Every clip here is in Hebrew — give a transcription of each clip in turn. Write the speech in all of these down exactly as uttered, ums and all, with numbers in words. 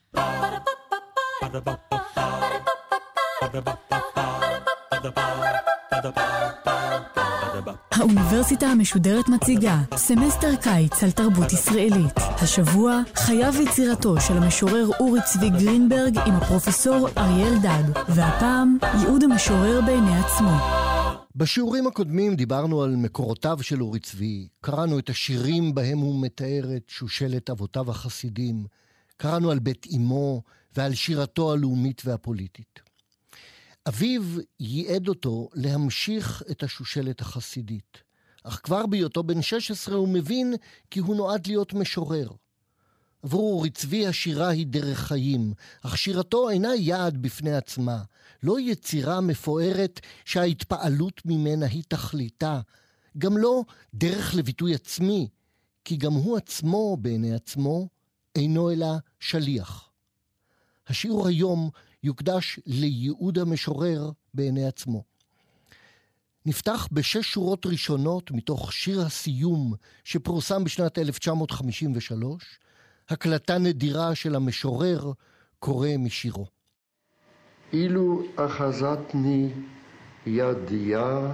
האוניברסיטה המשודרת מציגה סמסטר קיץ על תרבות ישראלית. השבוע חייו ויצירתו של המשורר אורי צבי גרינברג עם הפרופסור אריאל דג, והפעם ייעוד המשורר בעיני עצמו. בשיעורים הקודמים דיברנו על מקורותיו של אורי צבי, קראנו את השירים בהם הוא מתאר את שושלת אבותיו החסידים, קראנו על בית אמו ועל שירתו הלאומית והפוליטית. אביו ייעד אותו להמשיך את השושלת החסידית, אך כבר בהיותו בן שש עשרה הוא מבין כי הוא נועד להיות משורר. עבור אורי צבי השירה היא דרך חיים, אך שירתו אינה יעד בפני עצמה, לא יצירה מפוארת שההתפעלות ממנה היא תכליתה, גם לא דרך לביטוי עצמי, כי גם הוא עצמו בעיני עצמו אינו אלא שליח. השיעור היום יוקדש לייעוד המשורר בעיני עצמו. נפתח בשש שורות ראשונות מתוך שיר הסיום שפורסם בשנת אלף תשע מאות חמישים ושלוש, הקלטה נדירה של המשורר קורא משירו. אילו אחזתני ידיה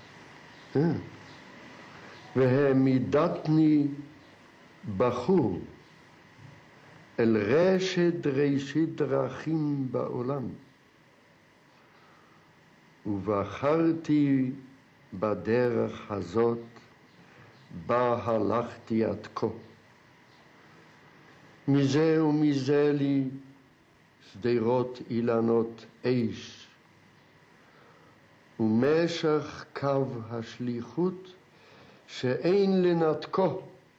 והעמידתני בחור אל רשת ראשית דרכים בעולם, ובחרתי בדרך הזאת בה הלכתי עד כה. מזה ומזה לי שדרות אילנות אש, ומשך קו השליחות שאין לנתקו,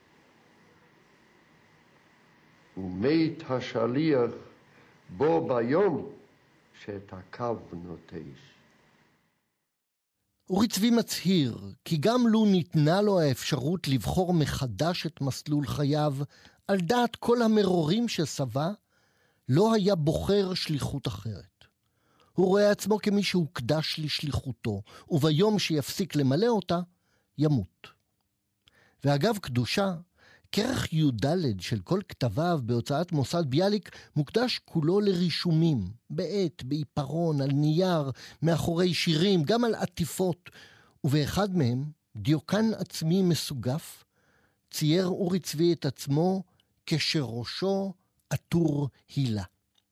ומת השליח בו ביום שאת הקו נוטש. אורי צבי מצהיר כי גם לו ניתנה לו האפשרות לבחור מחדש את מסלול חייו, על דעת כל המרורים שסבא, לא היה בוחר שליחות אחרת. הוא רואה עצמו כמי שהוקדש לשליחותו, וביום שיפסיק למלא אותה, ימות. ואגב קדושה, כרך י"ד של כל כתביו בהוצאת מוסד ביאליק מוקדש כולו לרישומים, בעת, בעיפרון, על נייר, מאחורי שירים, גם על עטיפות, ובאחד מהם, דיוקן עצמי מסוגף, צייר אורי צבי את עצמו כשראשו עטור הילה.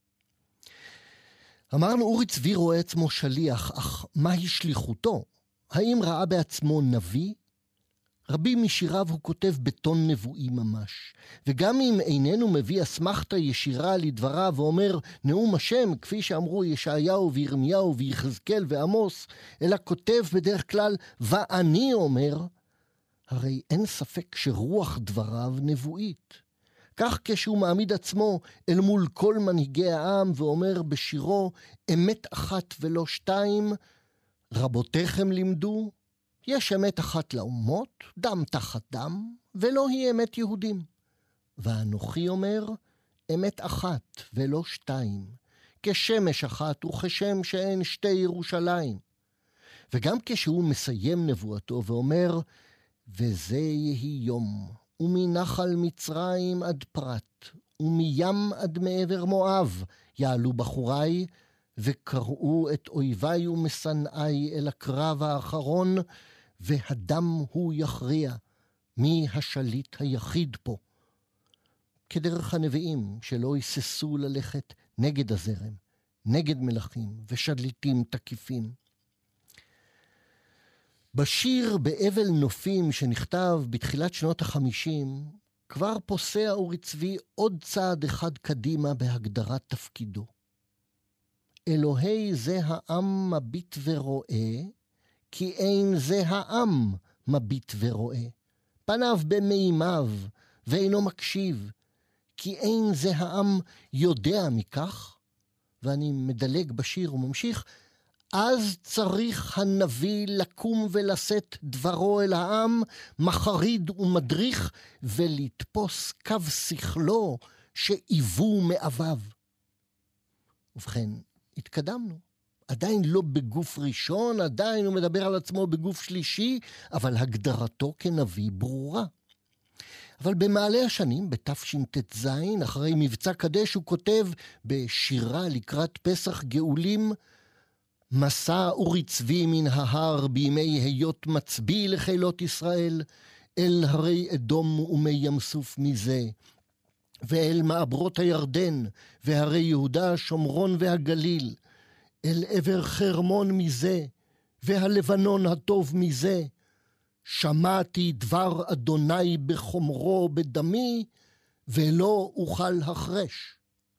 אמרנו, אורי צבי רואה עצמו שליח, אך מהי שליחותו? האם ראה בעצמו נביא? רבים משיריו הוא כותב בטון נבואי ממש, וגם אם איננו מביא אסמכתה ישירה לדבריו ואומר נאום השם, כפי שאמרו ישעיהו וירמיהו ויחזקאל ועמוס, אלא כותב בדרך כלל ואני אומר, הרי אין ספק שרוח דבריו נבואית. כך כשהוא מעמיד עצמו אל מול כל מנהיגי העם ואומר בשירו אמת אחת ולא שתיים, רבותיכם לימדו, יש אמת אחת לאומות, דם תחת דם, ולא היא אמת יהודים. ואנוכי אומר, אמת אחת ולא שתיים, כשמש אחת וכשם שאין שתי ירושלים. וגם כשהוא מסיים נבואתו ואומר, וזה יהי יום, ומנחל מצרים עד פרת, ומים עד מעבר מואב, יעלו בחוריי, וקראו את אויביי ומשנאי אל הקרב האחרון, והדם הוא יכריע, מי השליט היחיד פה. כדרך הנביאים שלא היססו ללכת נגד הזרם, נגד מלכים ושליטים תקיפים. בשיר באבל נופים שנכתב בתחילת שנות החמישים, כבר פוסע אורי צבי עוד צעד אחד קדימה בהגדרת תפקידו. אלוהי זה העם מביט ורואה, כי אין זה העם מביט ורואה. פניו במימיו ואינו מקשיב, כי אין זה העם יודע מכך. ואני מדלג בשיר וממשיך, אז צריך הנביא לקום ולשאת דברו אל העם, מחריד ומדריך, ולתפוס קו שכלו שאיבו מאביו. ובכן, התקדמנו. עדיין לא בגוף ראשון, עדיין הוא מדבר על עצמו בגוף שלישי, אבל הגדרתו כנביא ברורה. אבל במעלה השנים, בתש"טז, אחרי מבצע קדש, הוא כותב בשירה לקראת פסח גאולים, מסע אורי צבי מן ההר בימי היות מצביא לחילות ישראל, אל הרי אדום ומי ים סוף מזה, ואל מעברות הירדן, והרי יהודה, שומרון והגליל, אל עבר חרמון מזה, והלבנון הטוב מזה, שמעתי דבר אדוני בחומרו בדמי, ולא אוכל החרש.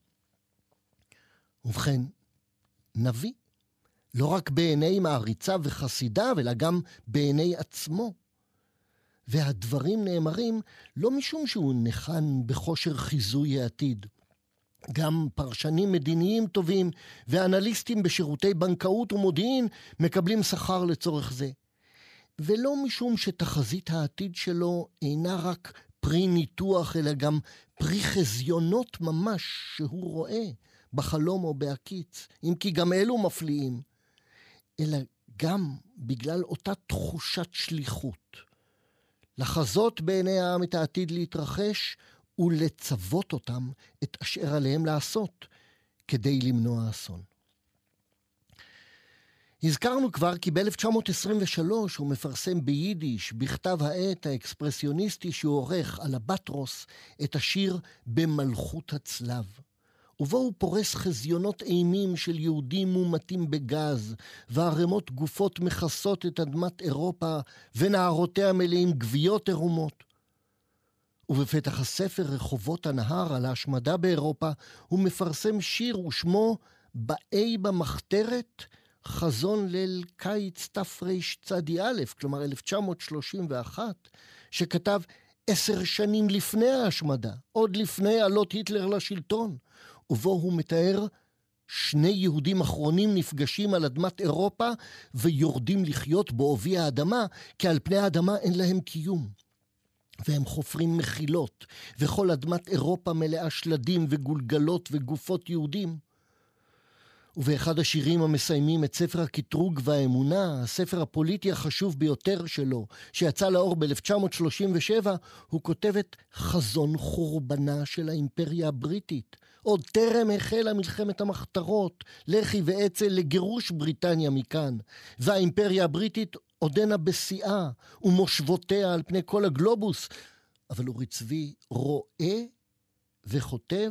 ובכן, נביא, לא רק בעיני מעריצה וחסידה, אלא גם בעיני עצמו. והדברים נאמרים לא משום שהוא נחן בכושר חיזוי העתיד. גם פרשנים מדיניים טובים ואנליסטים בשירותי בנקאות ומודיעין מקבלים שכר לצורך זה. ולא משום שתחזית העתיד שלו אינה רק פרי ניתוח, אלא גם פרי חזיונות ממש שהוא רואה בחלום או בהקיץ, אם כי גם אלו מפליאים, אלא גם בגלל אותה תחושת שליחות. לחזות בעיני העם את העתיד להתרחש ולצוות אותם את אשר עליהם לעשות כדי למנוע אסון. הזכרנו כבר כי ב-אלף תשע מאות עשרים ושלוש הוא מפרסם ביידיש, בכתב העת האקספרסיוניסטי שהוא עורך על הבטרוס, את השיר במלכות הצלב. ובו הוא פורס חזיונות אימים של יהודים מומתים בגז, וערימות גופות מכסות את אדמת אירופה, ונערותיה מלאים גוויות ערומות. ובפתח הספר רחובות הנהר על ההשמדה באירופה, הוא מפרסם שיר ושמו באי במחתרת, חזון ליל קיץ תרצ"א, כלומר אלף תשע מאות שלושים ואחת, שכתב עשר שנים לפני ההשמדה, עוד לפני עלות היטלר לשלטון, ובו הוא מתאר שני יהודים אחרונים נפגשים על אדמת אירופה ויורדים לחיות בעובי האדמה, כי על פני האדמה אין להם קיום. והם חופרים מחילות, וכל אדמת אירופה מלאה שלדים וגולגלות וגופות יהודים. ובאחד השירים המסיימים את ספר הקטרוג והאמונה, הספר הפוליטי החשוב ביותר שלו, שיצא לאור ב-אלף תשע מאות שלושים ושבע, הוא כותב את חזון חורבנה של האימפריה הבריטית. עוד טרם החלה מלחמת המחתרות, לחי ואצ"ל לגירוש בריטניה מכאן, והאימפריה הבריטית עודנה בשיאה ומושבותיה על פני כל הגלובוס. אבל אורי צבי רואה וכותב,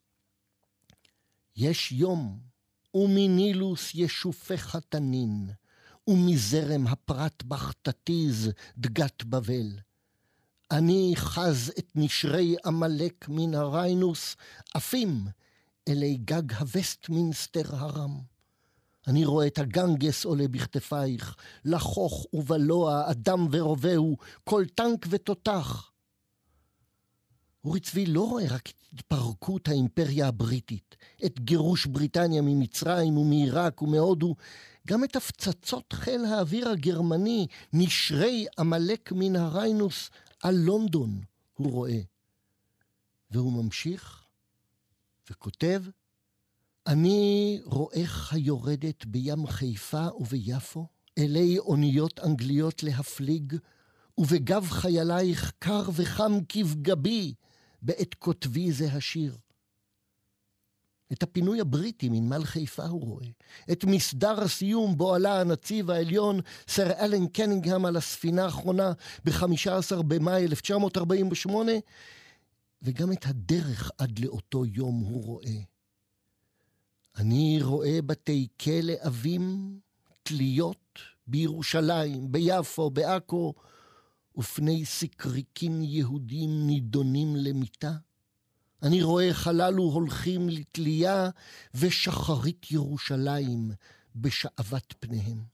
יש יום ומנילוס ישופך תנין, ומזרם הפרת בך תתיז דגת בבל. אני חז את נשרי עמלק מן הריינוס, עפים אלי גג הווסטמינסטר הרם. אני רואה את הגנגס עולה בכתפייך, לחוך ובלוע, אדם ורובהו, כל טנק ותותח. אורי צבי לא רואה רק את התפרקות האימפריה הבריטית, את גירוש בריטניה ממצרים ומעיראק ומהודו, גם את הפצצות חיל האוויר הגרמני, נשרי עמלק מן הריינוס, על לונדון הוא רואה. והוא ממשיך וכותב, אני רואה היורדת בים חיפה וביפו, אלי אוניות אנגליות להפליג, ובגב חיילייך קר וחם כבגבי, בעת כותבי זה השיר. את הפינוי הבריטי מנמל חיפה הוא רואה, את מסדר הסיום בו עלה הנציב העליון סר אלן קנינגהם על הספינה האחרונה ב-חמישה עשר במאי אלף תשע מאות ארבעים ושמונה, וגם את הדרך עד לאותו יום הוא רואה. אני רואה בתי כלא עבים, תליות, בירושלים, ביפו, בעכו, ופני סקריקין יהודים נידונים למיטה. אני רואה חללו הולכים לתלייה, ושחרית ירושלים בשעבת פניהם.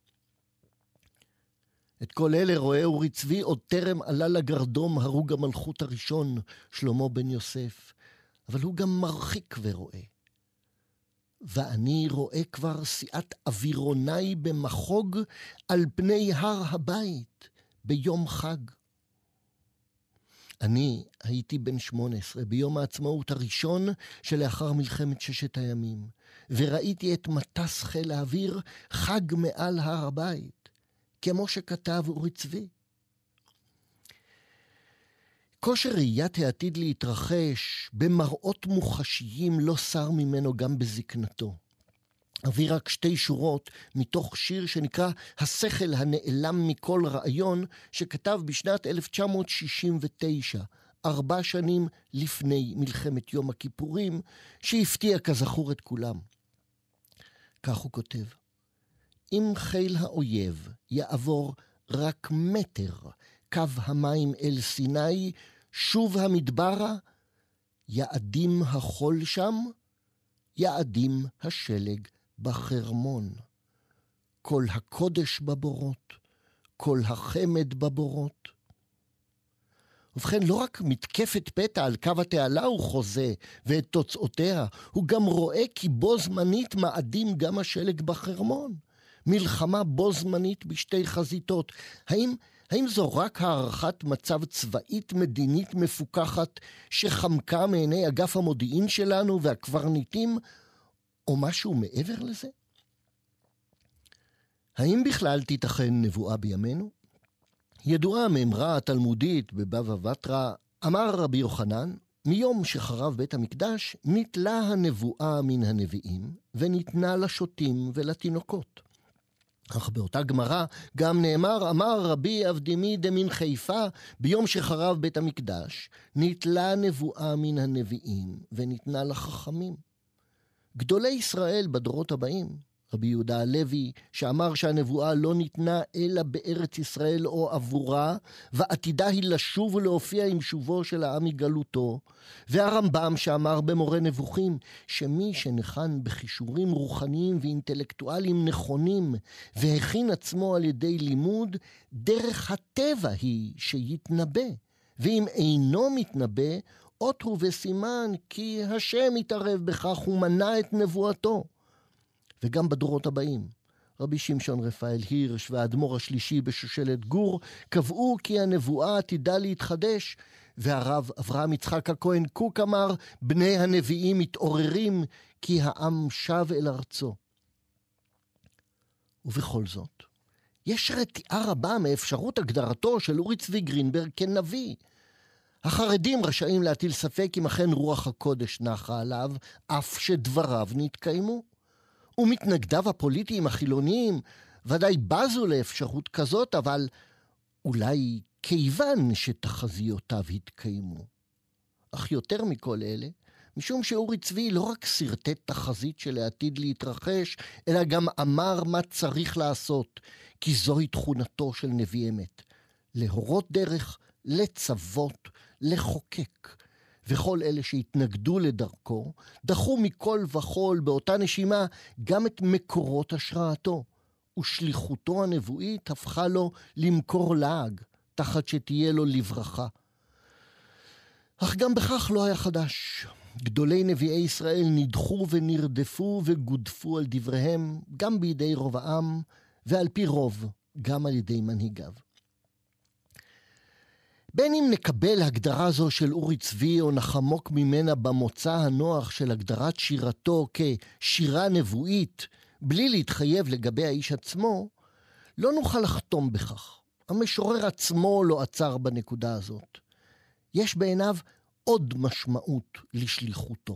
את כל אלה רואה אורי צבי עוד טרם עלה לגרדום הרוג המלכות הראשון, שלמה בן יוסף, אבל הוא גם מרחיק ורואה. ואני רואה כבר סיעת אווירוני במחוג על פני הר הבית ביום חג. אני הייתי בן שמונה עשרה ביום העצמאות הראשון שלאחר מלחמת ששת הימים, וראיתי את מטס חיל האוויר חג מעל הר הבית, כמו שכתב אורי צבי. כושר ראיית העתיד להתרחש במראות מוחשיים לא סר ממנו גם בזקנתו. אביא רק שתי שורות מתוך שיר שנקרא השכל הנעלם מכל רעיון, שכתב בשנת אלף תשע מאות שישים ותשע, ארבע שנים לפני מלחמת יום הכיפורים, שהפתיע כזכור את כולם. כך הוא כותב: אם חיל האויב יעבור רק מטר קו המים אל סיני, שוב המדברה, יעדים החול שם, יעדים השלג בחרמון. כל הקודש בבורות, כל החמד בבורות. ובכן, לא רק מתקפת פתע על קו התעלה הוא חוזה ואת תוצאותיה, הוא גם רואה כי בו זמנית מאדים גם השלג בחרמון. מלחמה בו זמנית בשתי חזיתות. האם, האם זו רק הערכת מצב צבאית מדינית מפוקחת שחמקה מעיני אגף המודיעין שלנו והקברניטים, או משהו מעבר לזה? האם בכלל תיתכן נבואה בימינו? ידועה המאמרה התלמודית בבבא בתרא, אמר רבי יוחנן, מיום שחרב בית המקדש נתלה הנבואה מן הנביאים וניתנה לשוטים ולתינוקות. אך באותה גמרא גם נאמר, אמר רבי אבדימי דמין חיפה, ביום שחרב בית המקדש נתלה נבואה מן הנביאים וניתנה לחכמים. גדולי ישראל בדורות הבאים, רבי יהודה הלוי, שאמר שהנבואה לא ניתנה אלא בארץ ישראל או עבורה, ועתידה היא לשוב ולהופיע עם שובו של העם מגלותו, והרמב"ם שאמר במורה נבוכים, שמי שנחן בכישורים רוחניים ואינטלקטואליים נכונים, והכין עצמו על ידי לימוד, דרך הטבע היא שיתנבא, ואם אינו מתנבא, אות הוא וסימן כי השם יתערב בכך ומנע את נבואתו. וגם בדורות הבאים, רבי שמשון רפאל הירש והאדמו"ר השלישי בשושלת גור קבעו כי הנבואה עתידה להתחדש, והרב אברהם יצחק הכהן קוק אמר, בני הנביאים מתעוררים כי העם שב אל ארצו. ובכל זאת, יש רתיעה רבה מאפשרות הגדרתו של אורי צבי גרינברג כנביא. החרדים רשאים להטיל ספק אם אכן רוח הקודש נחה עליו, אף שדבריו נתקיימו. ומתנגדיו הפוליטיים החילוניים ודאי בזו לאפשרות כזאת, אבל אולי כיוון שתחזיותיו התקיימו. אך יותר מכל אלה, משום שאורי צבי לא רק סרטט תחזית של העתיד להתרחש, אלא גם אמר מה צריך לעשות, כי זוהי תכונתו של נביא אמת. להורות דרך, לצוות, לחוקק. וכל אלה שהתנגדו לדרכו, דחו מכל וכל באותה נשימה גם את מקורות השראתו, ושליחותו הנבואית הפכה לו למקור לעג, תחת שתהיה לו לברכה. אך גם בכך לא היה חדש. גדולי נביאי ישראל נדחו ונרדפו וגודפו על דבריהם, גם בידי רוב העם, ועל פי רוב, גם על ידי מנהיגיו. בין אם נקבל הגדרה זו של אורי צבי או נחמוק ממנה במוצא הנוח של הגדרת שירתו כשירה נבואית, בלי להתחייב לגבי האיש עצמו, לא נוכל לחתום בכך. המשורר עצמו לא עצר בנקודה הזאת. יש בעיניו עוד משמעות לשליחותו.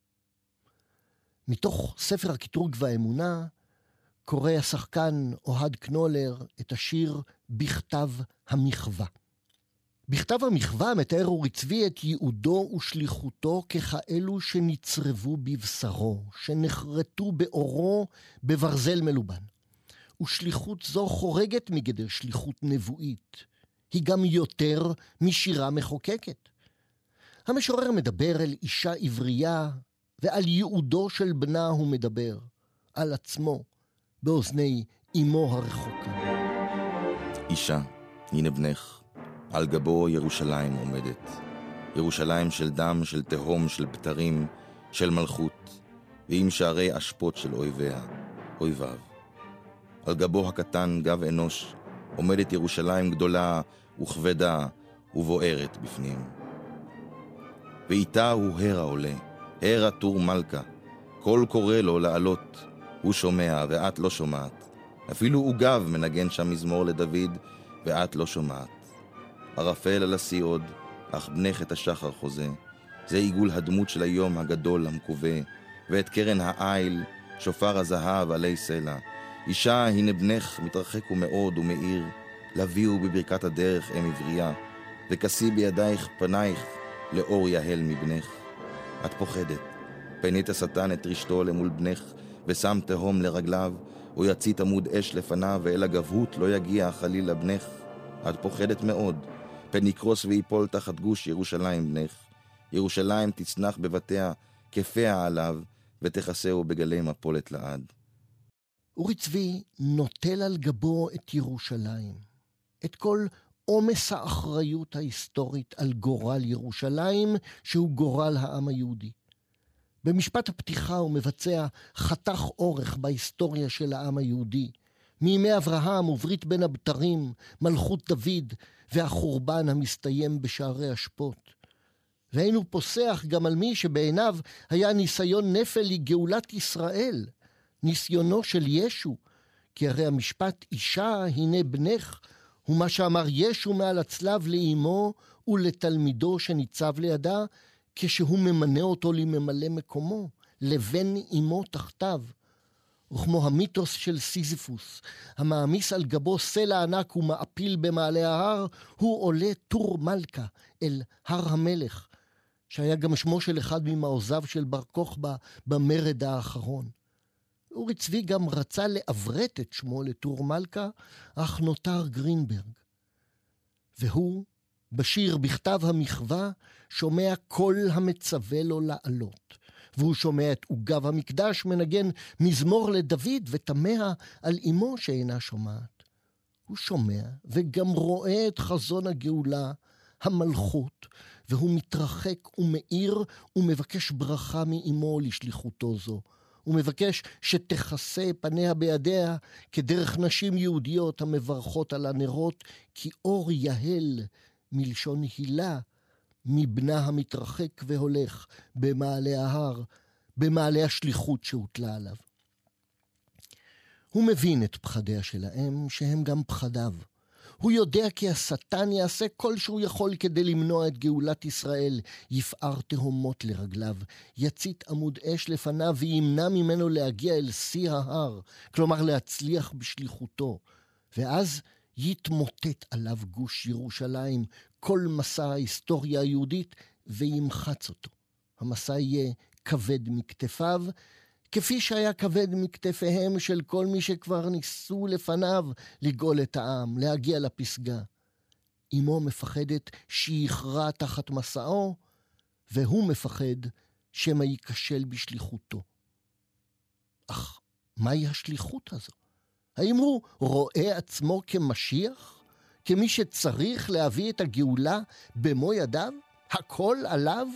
מתוך ספר הקטרוג והאמונה, קורא השחקן אוהד קנולר את השיר בכתב המחווה. בכתב המחווה מתאר אורי צבי את ייעודו ושליחותו ככאלו שנצרבו בבשרו, שנחרטו באורו בברזל מלובן. ושליחות זו חורגת מגדר שליחות נבואית. היא גם יותר משירה מחוקקת. המשורר מדבר אל אישה עברייה, ועל ייעודו של בנה הוא מדבר, על עצמו, באוזני אמו הרחוקה. אישה, הנה בנך. על גבו ירושלים עומדת. ירושלים של דם, של תהום, של בתרים, של מלכות, ועם שערי אשפות של אויביה, אויביו. על גבו הקטן, גב אנוש, עומדת ירושלים גדולה וכבדה ובוערת בפנים. ואיתה הוא הר העולה, הר הטור מלכה. קול קורא לו לעלות, הוא שומע ואת לא שומעת. אפילו עוגב מנגן שם מזמור לדוד, ואת לא שומעת. ערפל על הסיעוד, אך בנך את השחר חוזה, זה עיגול הדמות של היום הגדול המקווה, ואת קרן העיל, שופר הזהב עלי סלע. אישה, הנה בנך מתרחק ומאוד ומאיר, לביאו בברכת הדרך אם עברייה, וכסי בידייך פנייך לאור יהל מבנך. את פוחדת, פנית השטן את רשתו למול בנך, ושם תהום לרגליו, הוא יצית עמוד אש לפניו, ואל הגבהות לא יגיע חלילה בנך. את פוחדת מאוד, פן יקרוס ויפול תחת גוש ירושלים בנך. ירושלים תצנח בבתיה, כפיה עליו, ותכסהו בגלי מפולת לעד. אורי צבי נוטל על גבו את ירושלים, את כל עומס האחריות ההיסטורית על גורל ירושלים, שהוא גורל העם היהודי. במשפט הפתיחה הוא מבצע חתך אורך בהיסטוריה של העם היהודי, מימי אברהם וברית בין הבתרים, מלכות דוד והחורבן המסתיים בשערי השפוט. ואין הוא פוסח גם על מי שבעיניו היה ניסיון נפל לגאולת ישראל, ניסיונו של ישו, כי הרי המשפט אישה הנה בנך, הוא מה שאמר ישו מעל הצלב לאמו ולתלמידו שניצב לידה, כשהוא ממנה אותו לממלא מקומו, לבן אמו תחתיו. וכמו המיתוס של סיזיפוס, המעמיס על גבו סלע ענק ומעפיל במעלה ההר, הוא עולה טור מלכה אל הר המלך, שהיה גם שמו של אחד ממעוזיו של בר כוכבא במרד האחרון. אורי צבי גם רצה לעברת את שמו לטור מלכה, אך נותר גרינברג. והוא, בשיר בכתב המחווה, שומע כל המצווה לו לעלות. והוא שומע את עוגב המקדש מנגן מזמור לדוד ותמה על אמו שאינה שומעת. הוא שומע וגם רואה את חזון הגאולה, המלכות, והוא מתרחק ומאיר ומבקש ברכה מאמו לשליחותו זו. הוא מבקש שתכסה פניה בידיה כדרך נשים יהודיות המברכות על הנרות, כי אור יהל מלשון הילה מבנה המתרחק והולך במעלה ההר, במעלה השליחות שהוטלה עליו. הוא מבין את פחדיה של האם שהם גם פחדיו. הוא יודע כי השטן יעשה כל שהוא יכול כדי למנוע את גאולת ישראל, יפער תהומות לרגליו, יצית עמוד אש לפניו וימנע ממנו להגיע אל שיא ההר, כלומר להצליח בשליחותו, ואז יתמוטט עליו גוש ירושלים, כל מסע ההיסטוריה היהודית, וימחץ אותו. המסע יהיה כבד מכתפיו, כפי שהיה כבד מכתפיהם של כל מי שכבר ניסו לפניו לגאול את העם, להגיע לפסגה. אמו מפחדת שיכרע תחת מסעו, והוא מפחד שמא ייכשל בשליחותו. אך מהי השליחות הזו? האם הוא רואה עצמו כמשיח? כמי שצריך להביא את הגאולה במו ידיו? הכל עליו?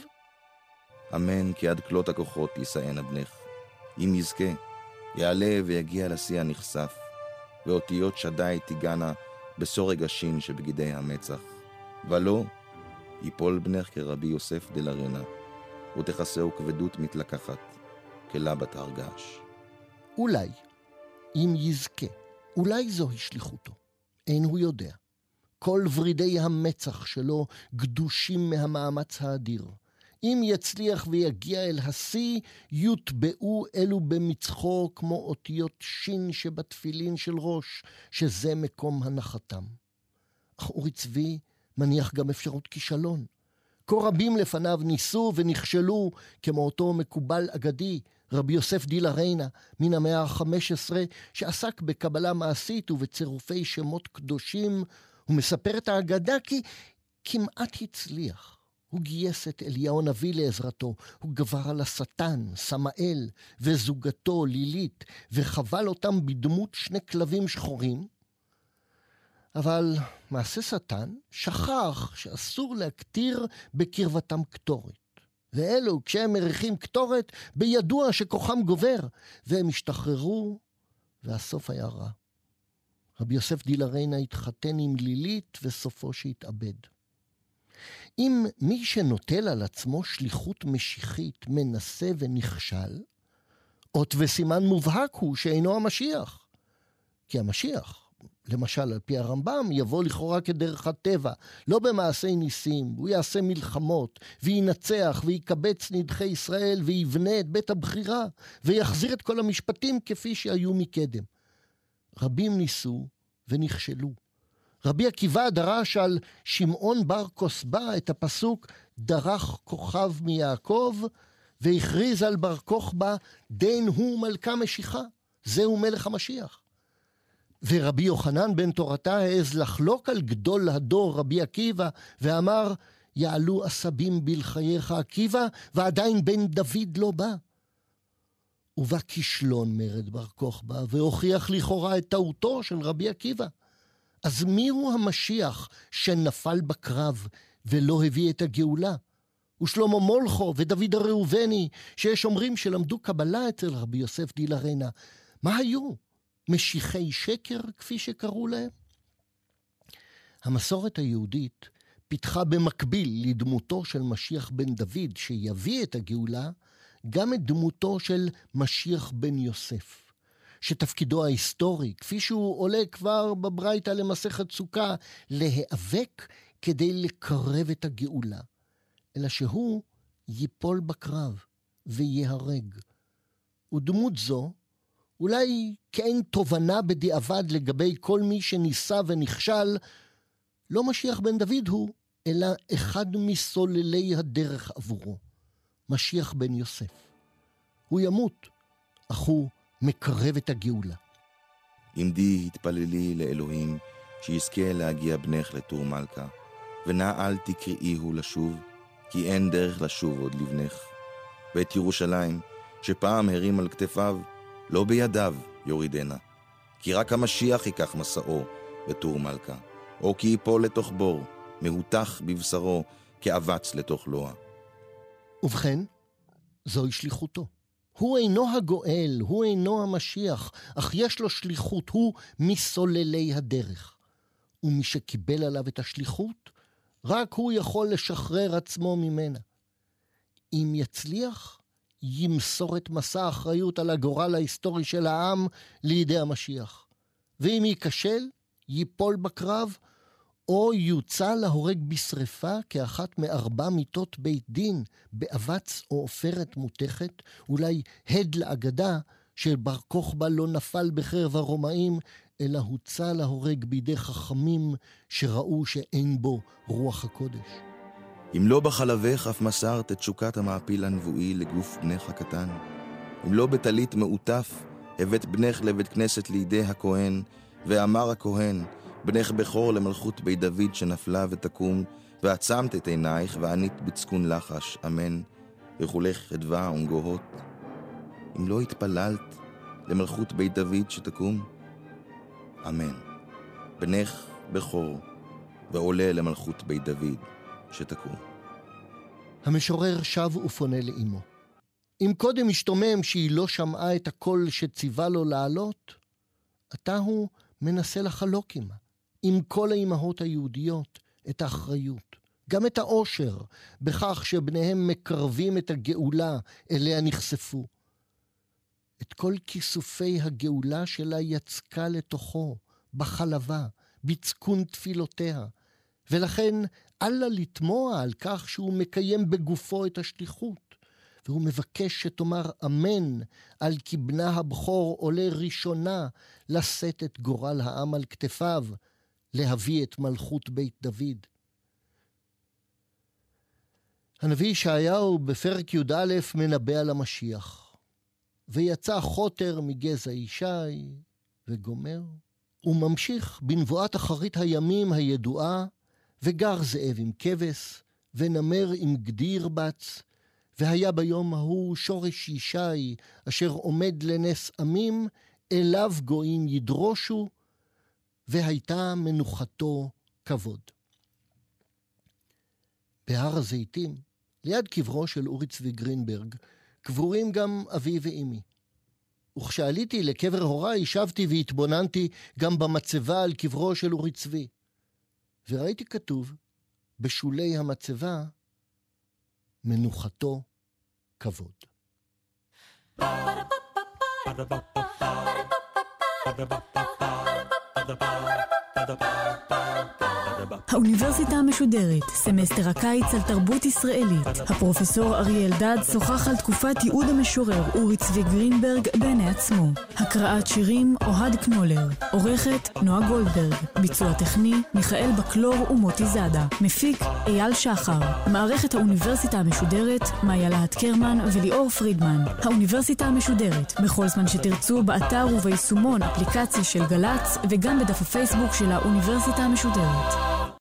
אמן כי עד כלות הכוחות יסענה בנך. אם יזכה, יעלה ויגיע לשיא הנכסף, ואותיות שדי תיגענה בסורג השין שבגדי המצח. ולא, יפול בנך כרבי יוסף דלרנה, ותכסהו כבדות מתלקחת, כלבת הרגש. אולי, אם יזכה, אולי זוהי שליחותו. אין הוא יודע. כל ורידי המצח שלו גדושים מהמאמץ האדיר. אם יצליח ויגיע אל השיא, יוטבעו אלו במצחו כמו אותיות שין שבתפילין של ראש, שזה מקום הנחתם. אך אורי צבי מניח גם אפשרות כישלון. כה רבים לפניו ניסו ונכשלו, כמו אותו מקובל אגדי, רבי יוסף דילריינה, מן המאה ה-חמש עשרה, שעסק בקבלה מעשית ובצירופי שמות קדושים, הוא מספר את האגדה כי כמעט הצליח. הוא גייס את אליהו הנביא לעזרתו, הוא גבר על השטן, סמאל, וזוגתו לילית, וחבל אותם בדמות שני כלבים שחורים. אבל מעשה שטן שכח שאסור להקטיר בקרבתם קטורת. ואלו, כשהם מריחים קטורת, בידוע שכוחם גובר, והם השתחררו, והסוף היה רע. רבי יוסף דילריינה התחתן עם לילית, וסופו שהתאבד. אם מי שנוטל על עצמו שליחות משיחית מנסה ונכשל, אות וסימן מובהק הוא שאינו המשיח. כי המשיח, למשל על פי הרמב"ם, יבוא לכאורה כדרך הטבע, לא במעשי ניסים, הוא יעשה מלחמות, וינצח ויקבץ נדחי ישראל, ויבנה את בית הבחירה, ויחזיר את כל המשפטים כפי שהיו מקדם. רבים ניסו ונכשלו. רבי עקיבא דרש על שמעון בר כוסבא את הפסוק, דרך כוכב מיעקב, והכריז על בר כוכבא, דן הוא מלכה משיחה, זהו מלך המשיח. ורבי יוחנן בן תורתה העז לחלוק על גדול הדור רבי עקיבא, ואמר, יעלו עשבים בלחייך עקיבא, ועדיין בן דוד לא בא. ובא כישלון מרד בר כוכבא, והוכיח לכאורה את טעותו של רבי עקיבא. אז מי הוא המשיח שנפל בקרב ולא הביא את הגאולה? ושלמה מולכו ודוד הראובני, שיש אומרים שלמדו קבלה אצל רבי יוסף דילרנה, מה היו? משיחי שקר, כפי שקראו להם? המסורת היהודית פיתחה במקביל לדמותו של משיח בן דוד, שיביא את הגאולה, גם את דמותו של משיח בן יוסף, שתפקידו ההיסטורי, כפי שהוא עולה כבר בברייתא למסכת סוכה, להיאבק כדי לקרב את הגאולה, אלא שהוא ייפול בקרב ויהרג. ודמות זו, אולי כאין תובנה בדיעבד לגבי כל מי שניסה ונכשל, לא משיח בן דוד הוא, אלא אחד מסוללי הדרך עבורו, משיח בן יוסף. הוא ימות, אך הוא מקרב את הגאולה. עמדי התפללי לאלוהים, שיזכה להגיע בנך לתור מלכה, ונא אל תקראיהו לשוב, כי אין דרך לשוב עוד לבנך. ואת ירושלים, שפעם הרים על כתפיו, לא בידיו יורידנה, כי רק המשיח ייקח מסעו בתור מלכה, או כי ייפול לתוך בור, מהותח בבשרו, כאבץ לתוך לוע. ובכן, זוהי שליחותו. הוא אינו הגואל, הוא אינו המשיח, אך יש לו שליחות, הוא מסוללי הדרך. ומי שקיבל עליו את השליחות, רק הוא יכול לשחרר עצמו ממנה. אם יצליח, ימסור את מסע האחריות על הגורל ההיסטורי של העם לידי המשיח. ואם ייכשל, ייפול בקרב, או יוצא להורג בשריפה כאחת מארבע מיתות בית דין, באבץ או עופרת מותכת, אולי הד לאגדה של בר כוכבא לא נפל בחרב הרומאים, אלא הוצא להורג בידי חכמים שראו שאין בו רוח הקודש. אם לא בחלבך אף מסרת את תשוקת המעפיל הנבואי לגוף בנך הקטן, אם לא בטלית מעוטף הבאת בנך לבית כנסת לידי הכהן, ואמר הכהן, בנך בכור למלכות בית דוד שנפלה ותקום, ועצמת את עינייך וענית בצקון לחש, אמן, וכולך חדווה ונגוהות. אם לא התפללת למלכות בית דוד שתקום, אמן, בנך בכור ועולה למלכות בית דוד שתקום. המשורר שב ופונה לאמו. אם קודם השתומם שהיא לא שמעה את הקול שציווה לו לעלות, עתה הוא מנסה לחלוק עמה, עם כל האימהות היהודיות, את האחריות, גם את האושר, בכך שבניהם מקרבים את הגאולה אליה נחשפו. את כל כיסופי הגאולה שלה יצקה לתוכו, בחלבה, בצקון תפילותיה, ולכן אל לה לתמוע על כך שהוא מקיים בגופו את השליחות, והוא מבקש שתאמר אמן על כי בנה הבכור עולה ראשונה לשאת את גורל העם על כתפיו, להביא את מלכות בית דוד. הנביא ישעיהו בפרק י"א מנבא על המשיח. ויצא חוטר מגזע ישי וגומר, וממשיך בנבואת אחרית הימים הידועה, וגר זאב עם כבש, ונמר עם גדיר בץ, והיה ביום ההוא שורש ישי, אשר עומד לנס עמים, אליו גויים ידרושו, והייתה מנוחתו כבוד. בהר הזיתים, ליד קברו של אורי צבי גרינברג, קבורים גם אבי ואמי. וכשעליתי לקבר הוריי, ישבתי והתבוננתי גם במצבה על קברו של אורי צבי. וראיתי כתוב, בשולי המצבה, מנוחתו כבוד. האוניברסיטה המשודרת, סמסטר הקיץ על תרבות ישראלית. הפרופסור אריה אלדד שוחח על תקופת ייעוד המשורר אורי צבי גרינברג בעיני עצמו. הקראת שירים אוהד קנולר, עורכת נועה גולדברג, ביצוע טכני מיכאל בקלור ומוטי זאדה, מפיק אייל שחר. מערכת האוניברסיטה המשודרת, מאיה להט קרמן וליאור פרידמן. האוניברסיטה המשודרת, בכל זמן שתרצו, באתר וביישומון אפליקציה של גלץ וגם בדף הפייסבוק של האוניברסיטה המשודרת.